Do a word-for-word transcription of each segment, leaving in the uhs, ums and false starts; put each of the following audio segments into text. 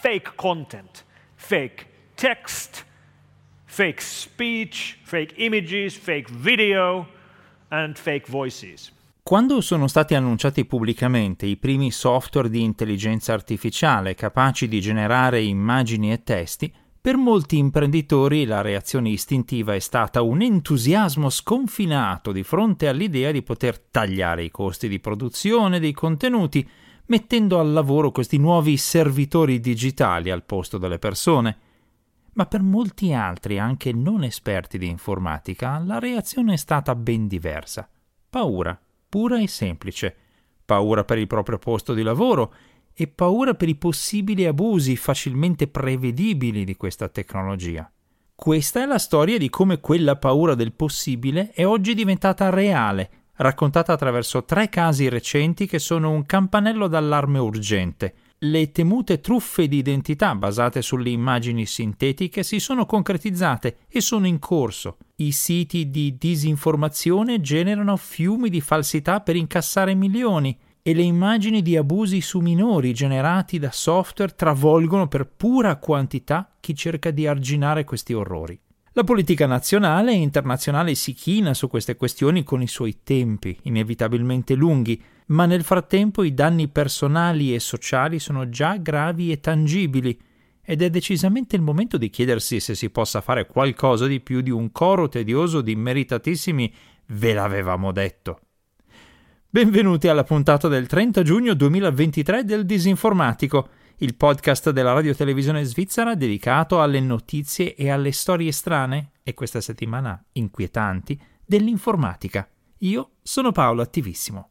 fake content, fake text, fake speech, fake images, fake video and fake voices. Quando sono stati annunciati pubblicamente i primi software di intelligenza artificiale capaci di generare immagini e testi, per molti imprenditori la reazione istintiva è stata un entusiasmo sconfinato di fronte all'idea di poter tagliare i costi di produzione dei contenuti, mettendo al lavoro questi nuovi servitori digitali al posto delle persone. Ma per molti altri, anche non esperti di informatica, la reazione è stata ben diversa. Paura. Pura e semplice, paura per il proprio posto di lavoro e paura per i possibili abusi facilmente prevedibili di questa tecnologia. Questa è la storia di come quella paura del possibile è oggi diventata reale, raccontata attraverso tre casi recenti che sono un campanello d'allarme urgente. Le temute truffe di identità basate sulle immagini sintetiche si sono concretizzate e sono in corso. I siti di disinformazione generano fiumi di falsità per incassare milioni e le immagini di abusi su minori generati da software travolgono per pura quantità chi cerca di arginare questi orrori. La politica nazionale e internazionale si china su queste questioni con i suoi tempi, inevitabilmente lunghi, ma nel frattempo i danni personali e sociali sono già gravi e tangibili, ed è decisamente il momento di chiedersi se si possa fare qualcosa di più di un coro tedioso di meritatissimi "ve l'avevamo detto". Benvenuti alla puntata del trenta giugno duemilaventitré del Disinformatico, il podcast della radio-televisione svizzera dedicato alle notizie e alle storie strane, e questa settimana inquietanti, dell'informatica. Io sono Paolo Attivissimo.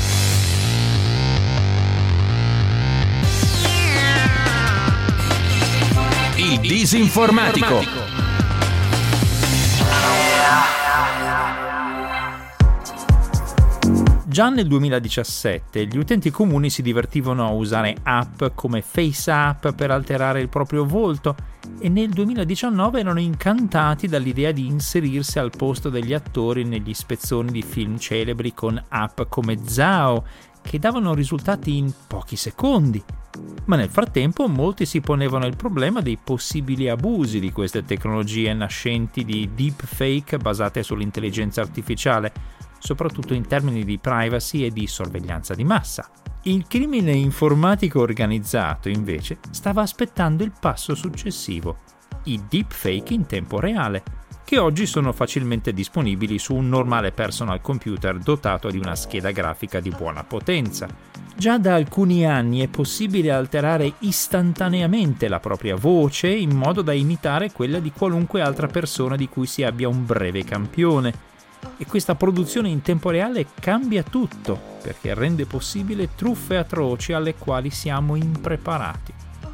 Il Disinformatico. Già nel duemiladiciassette gli utenti comuni si divertivano a usare app come FaceApp per alterare il proprio volto e nel duemiladiciannove erano incantati dall'idea di inserirsi al posto degli attori negli spezzoni di film celebri con app come Zao, che davano risultati in pochi secondi. Ma nel frattempo molti si ponevano il problema dei possibili abusi di queste tecnologie nascenti di deepfake basate sull'intelligenza artificiale, soprattutto in termini di privacy e di sorveglianza di massa. Il crimine informatico organizzato, invece, stava aspettando il passo successivo, i deepfake in tempo reale, che oggi sono facilmente disponibili su un normale personal computer dotato di una scheda grafica di buona potenza. Già da alcuni anni è possibile alterare istantaneamente la propria voce in modo da imitare quella di qualunque altra persona di cui si abbia un breve campione. E questa produzione in tempo reale cambia tutto, perché rende possibile truffe atroci alle quali siamo impreparati.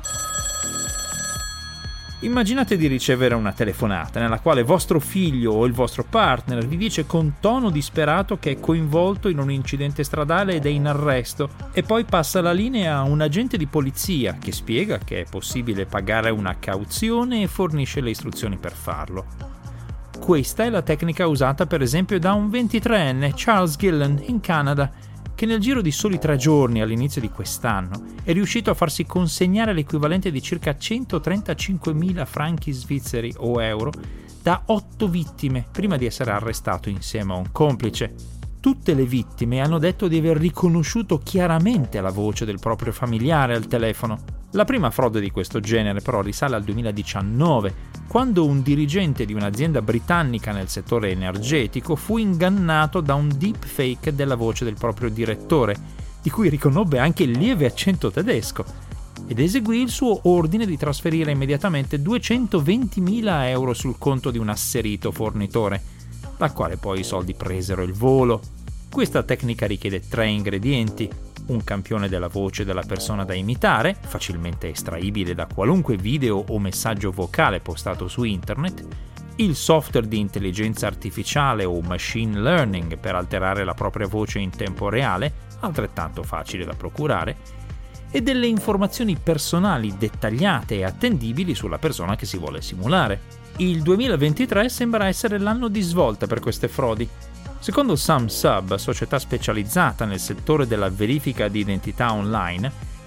Immaginate di ricevere una telefonata nella quale vostro figlio o il vostro partner vi dice con tono disperato che è coinvolto in un incidente stradale ed è in arresto, e poi passa la linea a un agente di polizia che spiega che è possibile pagare una cauzione e fornisce le istruzioni per farlo. Questa è la tecnica usata per esempio da un ventitreenne, Charles Gillen, in Canada, che nel giro di soli tre giorni all'inizio di quest'anno è riuscito a farsi consegnare l'equivalente di circa centotrentacinquemila franchi svizzeri o euro da otto vittime prima di essere arrestato insieme a un complice. Tutte le vittime hanno detto di aver riconosciuto chiaramente la voce del proprio familiare al telefono. La prima frode di questo genere però risale al duemiladiciannove, quando un dirigente di un'azienda britannica nel settore energetico fu ingannato da un deepfake della voce del proprio direttore, di cui riconobbe anche il lieve accento tedesco, ed eseguì il suo ordine di trasferire immediatamente duecentoventimila euro sul conto di un asserito fornitore, dal quale poi i soldi presero il volo. Questa tecnica richiede tre ingredienti: un campione della voce della persona da imitare, facilmente estraibile da qualunque video o messaggio vocale postato su internet, il software di intelligenza artificiale o machine learning per alterare la propria voce in tempo reale, altrettanto facile da procurare, e delle informazioni personali dettagliate e attendibili sulla persona che si vuole simulare. Il duemilaventitré sembra essere l'anno di svolta per queste frodi. Secondo SumSub, società specializzata nel settore della verifica di identità online,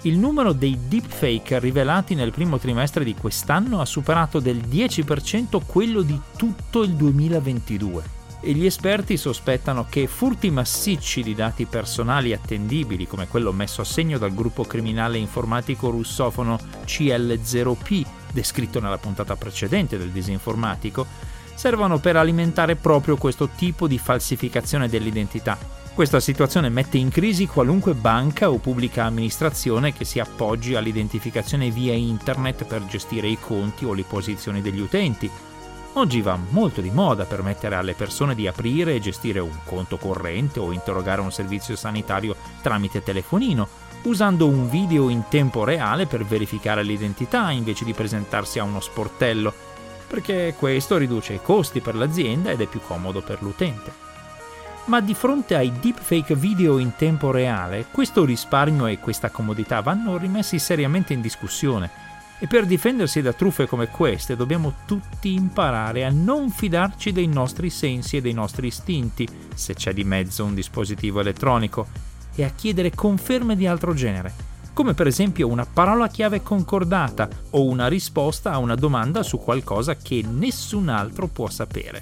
Il numero dei deepfake rivelati nel primo trimestre di quest'anno ha superato del dieci per cento quello di tutto il duemilaventidue. E gli esperti sospettano che furti massicci di dati personali attendibili, come quello messo a segno dal gruppo criminale informatico russofono C L zero P, descritto nella puntata precedente del Disinformatico, servono per alimentare proprio questo tipo di falsificazione dell'identità. Questa situazione mette in crisi qualunque banca o pubblica amministrazione che si appoggi all'identificazione via internet per gestire i conti o le posizioni degli utenti. Oggi va molto di moda permettere alle persone di aprire e gestire un conto corrente o interrogare un servizio sanitario tramite telefonino, usando un video in tempo reale per verificare l'identità invece di presentarsi a uno sportello, perché questo riduce i costi per l'azienda ed è più comodo per l'utente. Ma di fronte ai deepfake video in tempo reale, questo risparmio e questa comodità vanno rimessi seriamente in discussione. E per difendersi da truffe come queste dobbiamo tutti imparare a non fidarci dei nostri sensi e dei nostri istinti, se c'è di mezzo un dispositivo elettronico, e a chiedere conferme di altro genere, come per esempio una parola chiave concordata o una risposta a una domanda su qualcosa che nessun altro può sapere.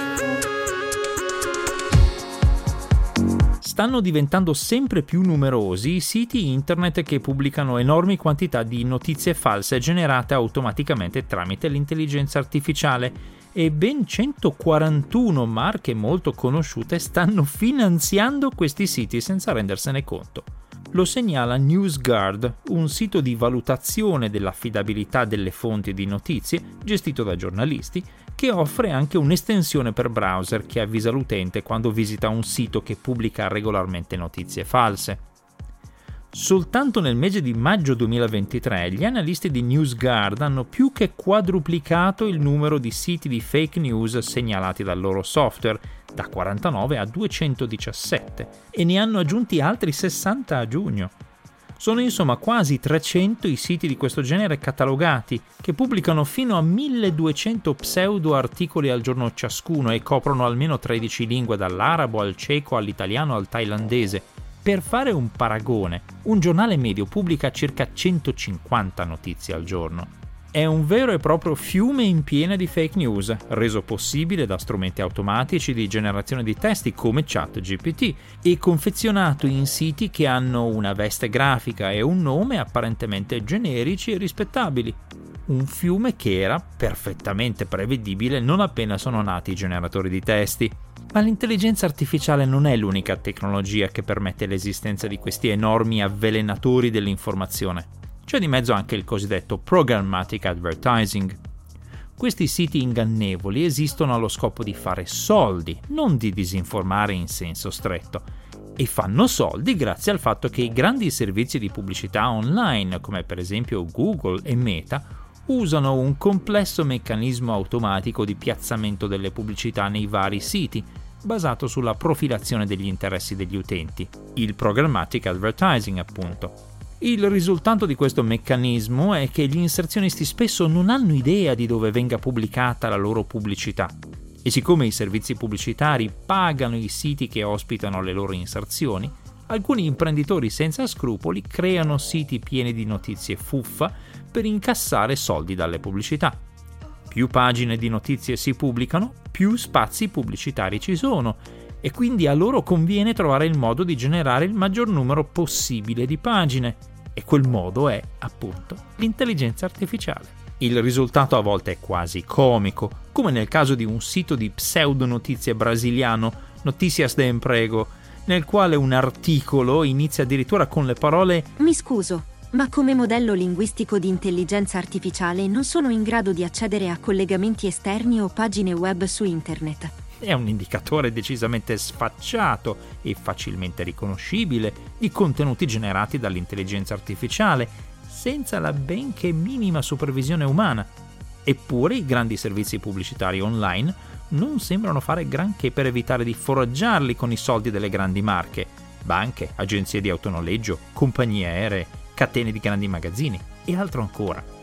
Stanno diventando sempre più numerosi i siti internet che pubblicano enormi quantità di notizie false generate automaticamente tramite l'intelligenza artificiale e ben centoquarantuno marche molto conosciute stanno finanziando questi siti senza rendersene conto. Lo segnala NewsGuard, un sito di valutazione dell'affidabilità delle fonti di notizie gestito da giornalisti, che offre anche un'estensione per browser che avvisa l'utente quando visita un sito che pubblica regolarmente notizie false. Soltanto nel mese di maggio duemilaventitré gli analisti di NewsGuard hanno più che quadruplicato il numero di siti di fake news segnalati dal loro software, da quarantanove a duecentodiciassette, e ne hanno aggiunti altri sessanta a giugno. Sono insomma quasi trecento i siti di questo genere catalogati, che pubblicano fino a milleduecento pseudo-articoli al giorno ciascuno e coprono almeno tredici lingue, dall'arabo al ceco all'italiano al thailandese. Per fare un paragone, un giornale medio pubblica circa centocinquanta notizie al giorno. È un vero e proprio fiume in piena di fake news, reso possibile da strumenti automatici di generazione di testi come ChatGPT e confezionato in siti che hanno una veste grafica e un nome apparentemente generici e rispettabili. Un fiume che era perfettamente prevedibile non appena sono nati i generatori di testi. Ma l'intelligenza artificiale non è l'unica tecnologia che permette l'esistenza di questi enormi avvelenatori dell'informazione. C'è di mezzo anche il cosiddetto programmatic advertising. Questi siti ingannevoli esistono allo scopo di fare soldi, non di disinformare in senso stretto, e fanno soldi grazie al fatto che i grandi servizi di pubblicità online, come per esempio Google e Meta, usano un complesso meccanismo automatico di piazzamento delle pubblicità nei vari siti, basato sulla profilazione degli interessi degli utenti, il programmatic advertising appunto. Il risultato di questo meccanismo è che gli inserzionisti spesso non hanno idea di dove venga pubblicata la loro pubblicità, e siccome i servizi pubblicitari pagano i siti che ospitano le loro inserzioni, alcuni imprenditori senza scrupoli creano siti pieni di notizie fuffa per incassare soldi dalle pubblicità. Più pagine di notizie si pubblicano, più spazi pubblicitari ci sono, e quindi a loro conviene trovare il modo di generare il maggior numero possibile di pagine. E quel modo è, appunto, l'intelligenza artificiale. Il risultato a volte è quasi comico, come nel caso di un sito di pseudonotizie brasiliano, Noticias de Emprego, nel quale un articolo inizia addirittura con le parole «Mi scuso, ma come modello linguistico di intelligenza artificiale non sono in grado di accedere a collegamenti esterni o pagine web su internet». È un indicatore decisamente sfacciato e facilmente riconoscibile di contenuti generati dall'intelligenza artificiale, senza la benché minima supervisione umana. Eppure i grandi servizi pubblicitari online non sembrano fare granché per evitare di foraggiarli con i soldi delle grandi marche, banche, agenzie di autonoleggio, compagnie aeree, catene di grandi magazzini e altro ancora.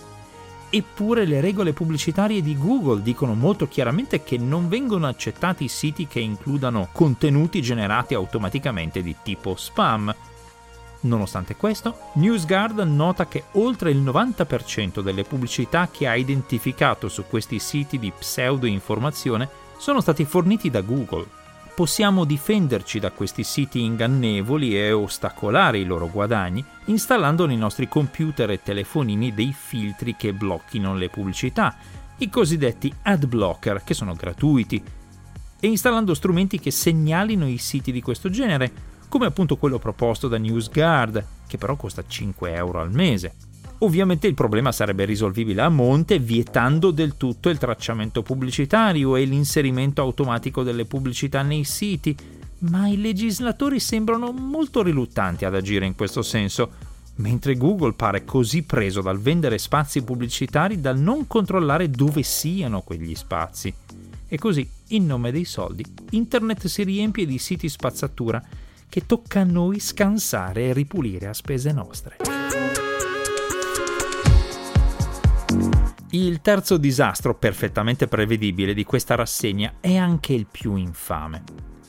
Eppure le regole pubblicitarie di Google dicono molto chiaramente che non vengono accettati siti che includano contenuti generati automaticamente di tipo spam. Nonostante questo, NewsGuard nota che oltre il novanta per cento delle pubblicità che ha identificato su questi siti di pseudo-informazione sono stati forniti da Google. Possiamo difenderci da questi siti ingannevoli e ostacolare i loro guadagni installando nei nostri computer e telefonini dei filtri che blocchino le pubblicità, i cosiddetti ad blocker, che sono gratuiti, e installando strumenti che segnalino i siti di questo genere, come appunto quello proposto da NewsGuard, che però costa cinque euro al mese. Ovviamente il problema sarebbe risolvibile a monte vietando del tutto il tracciamento pubblicitario e l'inserimento automatico delle pubblicità nei siti, ma i legislatori sembrano molto riluttanti ad agire in questo senso, mentre Google pare così preso dal vendere spazi pubblicitari da non controllare dove siano quegli spazi. E così, in nome dei soldi, Internet si riempie di siti spazzatura che tocca a noi scansare e ripulire a spese nostre. Il terzo disastro perfettamente prevedibile di questa rassegna è anche il più infame.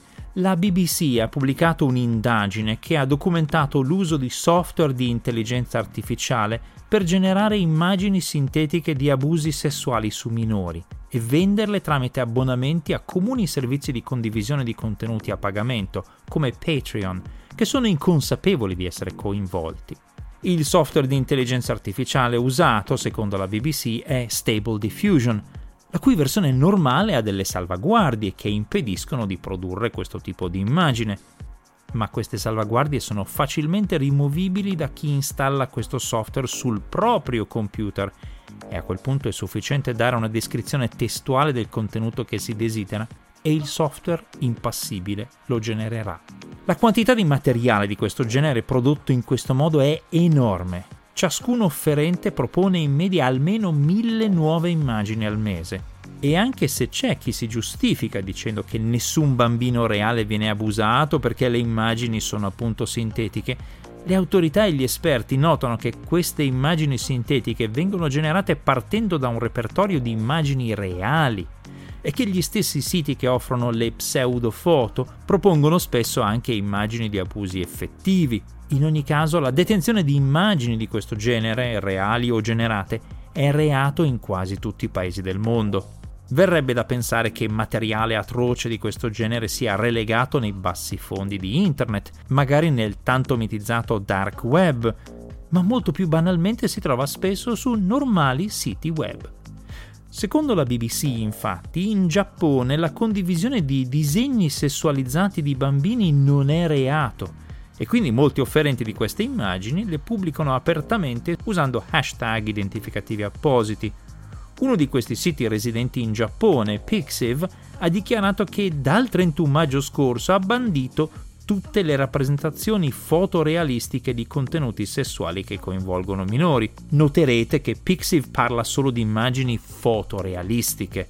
La B B C ha pubblicato un'indagine che ha documentato l'uso di software di intelligenza artificiale per generare immagini sintetiche di abusi sessuali su minori e venderle tramite abbonamenti a comuni servizi di condivisione di contenuti a pagamento, come Patreon, che sono inconsapevoli di essere coinvolti. Il software di intelligenza artificiale usato, secondo la B B C, è Stable Diffusion, la cui versione normale ha delle salvaguardie che impediscono di produrre questo tipo di immagine. Ma queste salvaguardie sono facilmente rimovibili da chi installa questo software sul proprio computer e a quel punto è sufficiente dare una descrizione testuale del contenuto che si desidera e il software impassibile lo genererà. La quantità di materiale di questo genere prodotto in questo modo è enorme. Ciascun offerente propone in media almeno mille nuove immagini al mese. E anche se c'è chi si giustifica dicendo che nessun bambino reale viene abusato perché le immagini sono appunto sintetiche, le autorità e gli esperti notano che queste immagini sintetiche vengono generate partendo da un repertorio di immagini reali e che gli stessi siti che offrono le pseudofoto propongono spesso anche immagini di abusi effettivi. In ogni caso, la detenzione di immagini di questo genere, reali o generate, è reato in quasi tutti i paesi del mondo. Verrebbe da pensare che materiale atroce di questo genere sia relegato nei bassi fondi di Internet, magari nel tanto mitizzato dark web, ma molto più banalmente si trova spesso su normali siti web. Secondo la B B C, infatti, in Giappone la condivisione di disegni sessualizzati di bambini non è reato e quindi molti offerenti di queste immagini le pubblicano apertamente usando hashtag identificativi appositi. Uno di questi siti residenti in Giappone, Pixiv, ha dichiarato che dal trentuno maggio scorso ha bandito tutte le rappresentazioni fotorealistiche di contenuti sessuali che coinvolgono minori. Noterete che Pixiv parla solo di immagini fotorealistiche.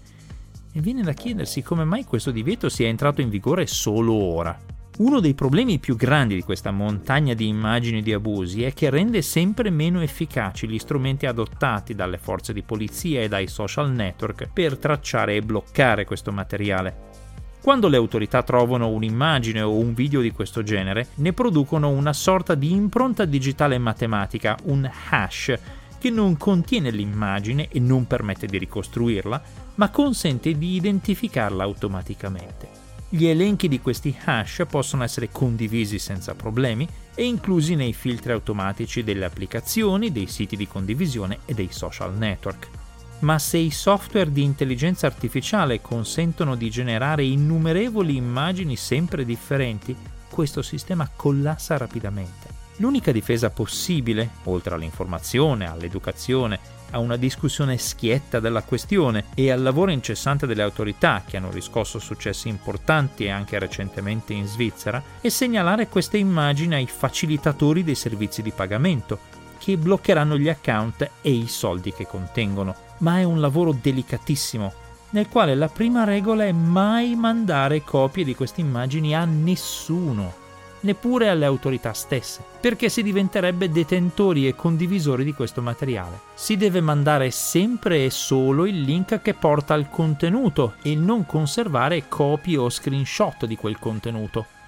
E viene da chiedersi come mai questo divieto sia entrato in vigore solo ora. Uno dei problemi più grandi di questa montagna di immagini di abusi è che rende sempre meno efficaci gli strumenti adottati dalle forze di polizia e dai social network per tracciare e bloccare questo materiale. Quando le autorità trovano un'immagine o un video di questo genere, ne producono una sorta di impronta digitale matematica, un hash, che non contiene l'immagine e non permette di ricostruirla, ma consente di identificarla automaticamente. Gli elenchi di questi hash possono essere condivisi senza problemi e inclusi nei filtri automatici delle applicazioni, dei siti di condivisione e dei social network. Ma se i software di intelligenza artificiale consentono di generare innumerevoli immagini sempre differenti, questo sistema collassa rapidamente. L'unica difesa possibile, oltre all'informazione, all'educazione, a una discussione schietta della questione e al lavoro incessante delle autorità che hanno riscosso successi importanti anche recentemente in Svizzera, è segnalare queste immagini ai facilitatori dei servizi di pagamento, che bloccheranno gli account e i soldi che contengono. Ma è un lavoro delicatissimo, nel quale la prima regola è mai mandare copie di queste immagini a nessuno, neppure alle autorità stesse, perché si diventerebbe detentori e condivisori di questo materiale. Si deve mandare sempre e solo il link che porta al contenuto e non conservare copie o screenshot di quel contenuto.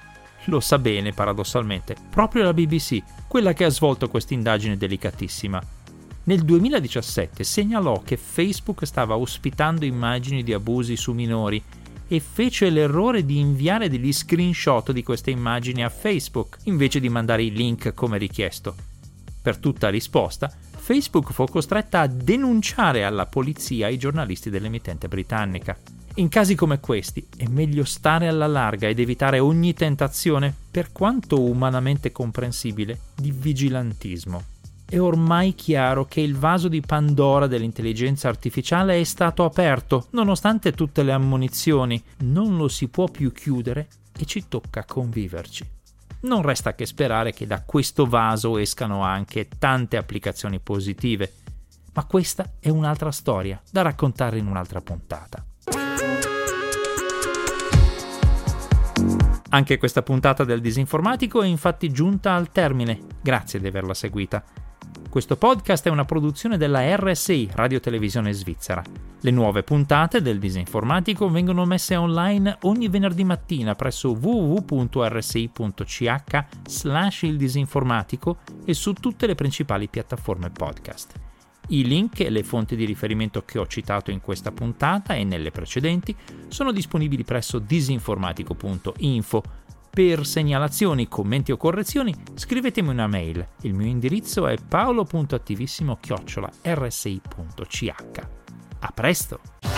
Lo sa bene, paradossalmente, proprio la B B C, quella che ha svolto questa indagine delicatissima. Nel duemiladiciassette segnalò che Facebook stava ospitando immagini di abusi su minori e fece l'errore di inviare degli screenshot di queste immagini a Facebook invece di mandare i link come richiesto. Per tutta risposta, Facebook fu costretta a denunciare alla polizia i giornalisti dell'emittente britannica. In casi come questi è meglio stare alla larga ed evitare ogni tentazione, per quanto umanamente comprensibile, di vigilantismo. È ormai chiaro che il vaso di Pandora dell'intelligenza artificiale è stato aperto, nonostante tutte le ammonizioni. Non lo si può più chiudere e ci tocca conviverci. Non resta che sperare che da questo vaso escano anche tante applicazioni positive, ma questa è un'altra storia da raccontare in un'altra puntata. Anche questa puntata del Disinformatico è infatti giunta al termine, grazie di averla seguita. Questo podcast è una produzione della R S I, Radio Televisione Svizzera. Le nuove puntate del Disinformatico vengono messe online ogni venerdì mattina presso w w w punto r s i punto c h slash il disinformatico e su tutte le principali piattaforme podcast. I link e le fonti di riferimento che ho citato in questa puntata e nelle precedenti sono disponibili presso disinformatico punto info. Per segnalazioni, commenti o correzioni scrivetemi una mail. Il mio indirizzo è paolo punto attivissimo chiocciola r s i punto c h. A presto!